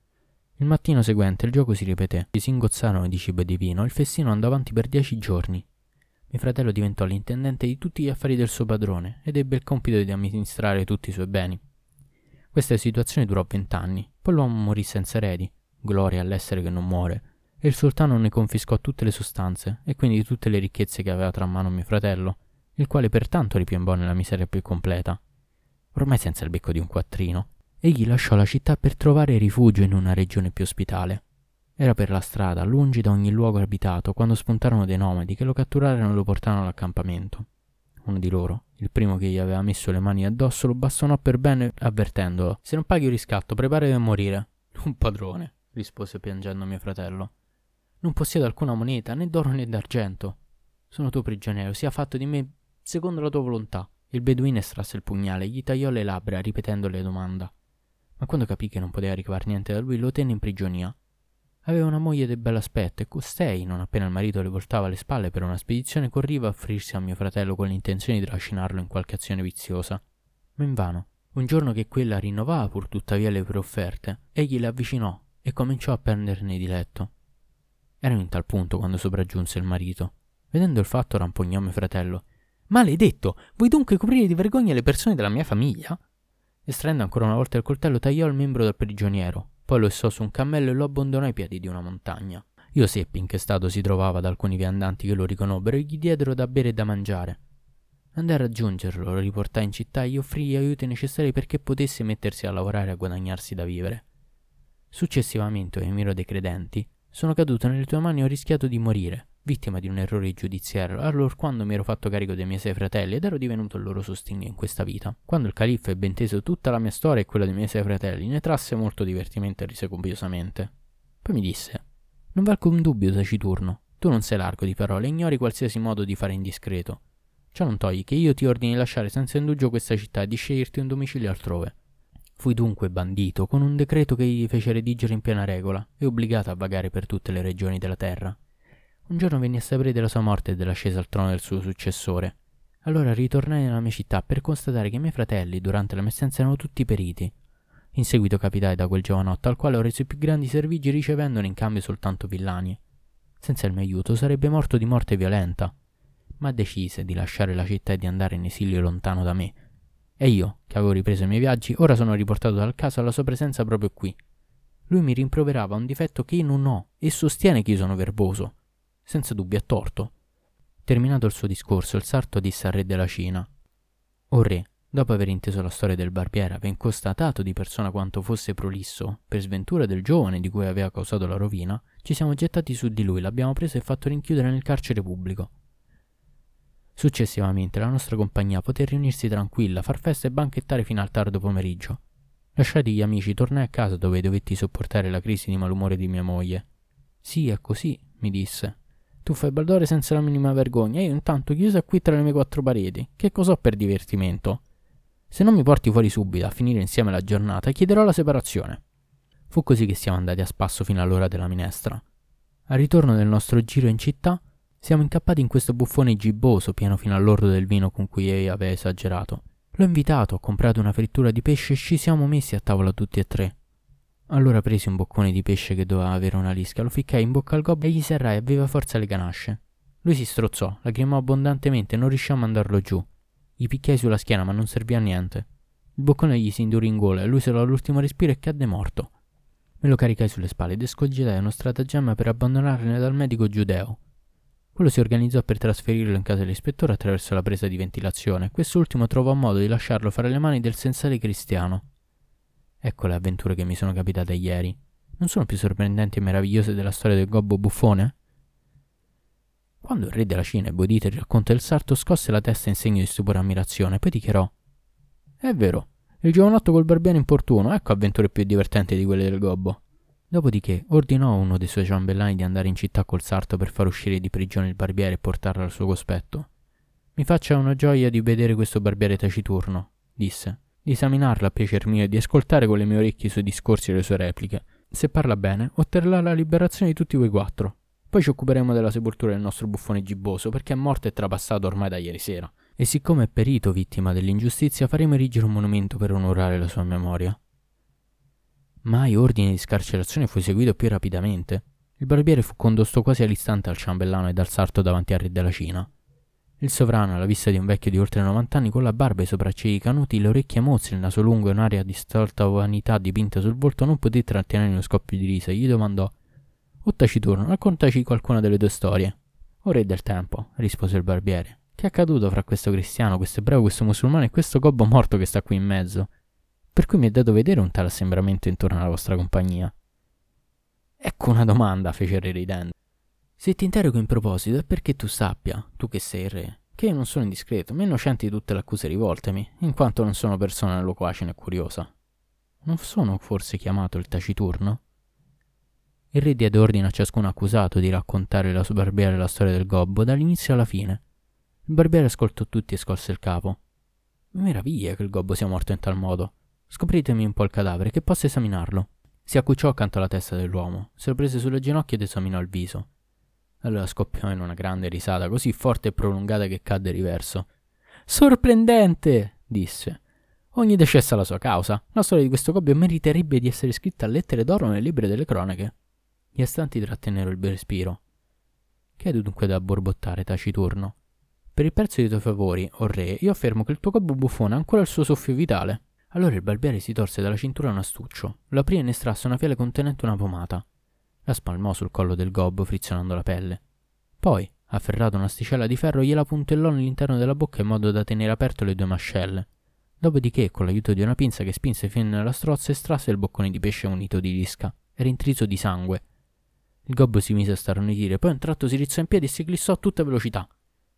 Il mattino seguente il gioco si ripeté, si ingozzarono di cibo e di vino, il festino andò avanti per dieci giorni. Mio fratello diventò l'intendente di tutti gli affari del suo padrone ed ebbe il compito di amministrare tutti i suoi beni. Questa situazione durò vent'anni, poi l'uomo morì senza eredi, gloria all'essere che non muore, e il sultano ne confiscò tutte le sostanze e quindi tutte le ricchezze che aveva tra mano mio fratello, il quale pertanto ripiambò nella miseria più completa. Ormai senza il becco di un quattrino, egli lasciò la città per trovare rifugio in una regione più ospitale. Era per la strada, lungi da ogni luogo abitato, quando spuntarono dei nomadi che lo catturarono e lo portarono all'accampamento. Uno di loro, il primo che gli aveva messo le mani addosso, lo bastonò per bene avvertendolo: «Se non paghi il riscatto, preparati a morire». «Un padrone», rispose piangendo mio fratello. «Non possiedo alcuna moneta, né d'oro né d'argento. Sono tuo prigioniero, sia fatto di me secondo la tua volontà». Il beduino estrasse il pugnale e gli tagliò le labbra ripetendo le domanda. Ma quando capì che non poteva ricavar niente da lui, lo tenne in prigionia. Aveva una moglie di bell'aspetto e costei, non appena il marito le voltava le spalle per una spedizione, corriva a offrirsi a mio fratello con l'intenzione di trascinarlo in qualche azione viziosa. Ma invano. Un giorno che quella rinnovava pur tuttavia le preofferte, egli le avvicinò e cominciò a prenderne diletto. Erano in tal punto quando sopraggiunse il marito. Vedendo il fatto rampognò mio fratello. «Maledetto! Vuoi dunque coprire di vergogna le persone della mia famiglia?» Estraendo ancora una volta il coltello, tagliò il membro del prigioniero. Poi lo issò su un cammello e lo abbandonò ai piedi di una montagna. Io seppi in che stato si trovava da alcuni viandanti che lo riconobbero e gli diedero da bere e da mangiare. Andai a raggiungerlo, lo riportai in città e gli offrii gli aiuti necessari perché potesse mettersi a lavorare e a guadagnarsi da vivere. Successivamente, o emiro dei credenti, sono caduto nelle tue mani e ho rischiato di morire, vittima di un errore giudiziario, allorquando mi ero fatto carico dei miei sei fratelli ed ero divenuto il loro sostegno in questa vita. Quando il califfo ebbe inteso tutta la mia storia e quella dei miei sei fratelli, ne trasse molto divertimento e rise copiosamente. Poi mi disse: «Non v'è alcun dubbio, taciturno, tu non sei largo di parole e ignori qualsiasi modo di fare indiscreto. Ciò non toglie che io ti ordini di lasciare senza indugio questa città e di sceglierti un domicilio altrove». Fui dunque bandito con un decreto che gli fece redigere in piena regola e obbligato a vagare per tutte le regioni della terra. Un giorno venni a sapere della sua morte e dell'ascesa al trono del suo successore. Allora ritornai nella mia città per constatare che i miei fratelli, durante la mia assenza, erano tutti periti. In seguito capitai da quel giovanotto, al quale ho reso i più grandi servigi ricevendone in cambio soltanto villanie. Senza il mio aiuto sarebbe morto di morte violenta, ma decise di lasciare la città e di andare in esilio lontano da me. E io, che avevo ripreso i miei viaggi, ora sono riportato dal caso alla sua presenza proprio qui. Lui mi rimproverava un difetto che io non ho e sostiene che io sono verboso. Senza dubbio a torto. Terminato il suo discorso, il sarto disse al re della Cina: «O re, dopo aver inteso la storia del barbiere, aver constatato di persona quanto fosse prolisso, per sventura del giovane di cui aveva causato la rovina, ci siamo gettati su di lui, l'abbiamo preso e fatto rinchiudere nel carcere pubblico. Successivamente la nostra compagnia poté riunirsi tranquilla, far festa e banchettare fino al tardo pomeriggio. Lasciati gli amici, tornai a casa dove dovetti sopportare la crisi di malumore di mia moglie. Sì, è così, mi disse. Tu fai baldore senza la minima vergogna e io intanto chiusa qui tra le mie quattro pareti. Che cos'ho per divertimento? Se non mi porti fuori subito a finire insieme la giornata, chiederò la separazione». Fu così che siamo andati a spasso fino all'ora della minestra. Al ritorno del nostro giro in città, siamo incappati in questo buffone gibboso pieno fino all'orlo del vino con cui egli aveva esagerato. L'ho invitato, ho comprato una frittura di pesce e ci siamo messi a tavola tutti e tre. Allora presi un boccone di pesce che doveva avere una lisca, lo ficcai in bocca al gobbo e gli serrai a viva forza le ganasce. Lui si strozzò, lacrimò abbondantemente e non riuscì a mandarlo giù. Gli picchiai sulla schiena ma non servì a niente. Il boccone gli si indurì in gola e lui selò l'ultimo respiro e cadde morto. Me lo caricai sulle spalle ed escogitai uno stratagemma per abbandonarne dal medico giudeo. Quello si organizzò per trasferirlo in casa dell'ispettore attraverso la presa di ventilazione. Quest'ultimo trovò modo di lasciarlo fra le mani del sensale cristiano. Ecco le avventure che mi sono capitate ieri. Non sono più sorprendenti e meravigliose della storia del gobbo buffone? Quando il re della Cina ebbe udito il racconto del sarto, scosse la testa in segno di stupore e ammirazione, poi dichiarò: «È vero, il giovanotto col barbiere importuno, ecco avventure più divertenti di quelle del gobbo». Dopodiché ordinò a uno dei suoi ciambellani di andare in città col sarto per far uscire di prigione il barbiere e portarlo al suo cospetto. «Mi faccia una gioia di vedere questo barbiere taciturno», disse. di esaminarla a piacer mio e di ascoltare con le mie orecchie i suoi discorsi e le sue repliche. Se parla bene, otterrà la liberazione di tutti voi quattro. Poi ci occuperemo della sepoltura del nostro buffone gibboso, perché è morto e trapassato ormai da ieri sera. E siccome è perito vittima dell'ingiustizia, faremo erigere un monumento per onorare la sua memoria. Mai ordine di scarcerazione fu eseguito più rapidamente. Il barbiere fu condotto quasi all'istante al ciambellano ed al sarto davanti al re della Cina. Il sovrano, alla vista di un vecchio di oltre novanta anni con la barba e i sopraccigli canuti, le orecchie mozze, il naso lungo e un'aria di stolta vanità dipinta sul volto, non poté trattenere uno scoppio di risa e gli domandò: «O taciturno, raccontaci qualcuna delle tue storie». «O re del tempo», rispose il barbiere, «che è accaduto fra questo cristiano, questo ebreo, questo musulmano e questo gobbo morto che sta qui in mezzo? Per cui mi è dato vedere un tale assembramento intorno alla vostra compagnia». «Ecco una domanda», fece il re ridendo. «Se ti interrogo in proposito è perché tu sappia, tu che sei il re, che io non sono indiscreto, ma innocente di tutte le accuse rivoltemi, in quanto non sono persona loquace né curiosa. Non sono forse chiamato il taciturno?» Il re diede ordine a ciascun accusato di raccontare alla sua barbiere la storia del gobbo dall'inizio alla fine. Il barbiere ascoltò tutti e scolse il capo. «Mi meraviglia che il gobbo sia morto in tal modo. Scopritemi un po' il cadavere, che possa esaminarlo». Si accucciò accanto alla testa dell'uomo, se lo prese sulle ginocchia ed esaminò il viso. Allora scoppiò in una grande risata, così forte e prolungata che cadde riverso. «Sorprendente!» disse. «Ogni decesso ha la sua causa. La storia di questo gobbo meriterebbe di essere scritta a lettere d'oro nel libro delle cronache». Gli astanti trattennero il respiro. «Che hai dunque da borbottare, taciturno? Per il prezzo dei tuoi favori, o re, io affermo che il tuo gobbo buffone ha ancora il suo soffio vitale». Allora il barbiere si torse dalla cintura un astuccio, lo aprì e ne estrasse una fiala contenente una pomata. La spalmò sul collo del gobbo, frizionando la pelle. Poi, afferrato un'asticella di ferro, gliela puntellò nell'interno della bocca in modo da tenere aperto le due mascelle. Dopodiché, con l'aiuto di una pinza che spinse fino nella strozza, estrasse il boccone di pesce munito di lisca. Era intriso di sangue. Il gobbo si mise a starnutire, poi a un tratto si rizzò in piedi e si glissò a tutta velocità.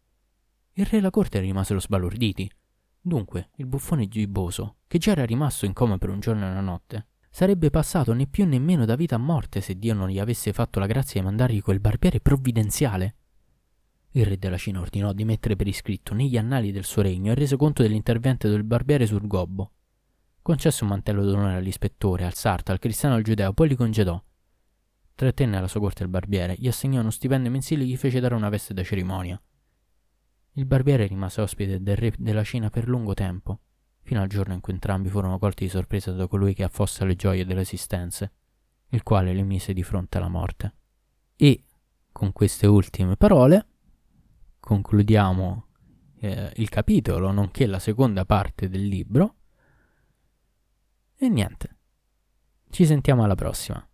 Il re e la corte rimasero sbalorditi. Dunque, il buffone gibboso, che già era rimasto in coma per un giorno e una notte, sarebbe passato né più né meno da vita a morte se Dio non gli avesse fatto la grazia di mandargli quel barbiere provvidenziale. Il re della Cina ordinò di mettere per iscritto negli annali del suo regno il resoconto dell'intervento del barbiere sul gobbo. Concesse un mantello d'onore all'ispettore, al sarto, al cristiano e al giudeo, poi li congedò. Trattenne alla sua corte il barbiere, gli assegnò uno stipendio mensile e gli fece dare una veste da cerimonia. Il barbiere rimase ospite del re della Cina per lungo tempo, fino al giorno in cui entrambi furono colti di sorpresa da colui che affossa le gioie dell'esistenza, il quale li mise di fronte alla morte. E, con queste ultime parole, concludiamo eh, il capitolo, nonché la seconda parte del libro. E niente, ci sentiamo alla prossima.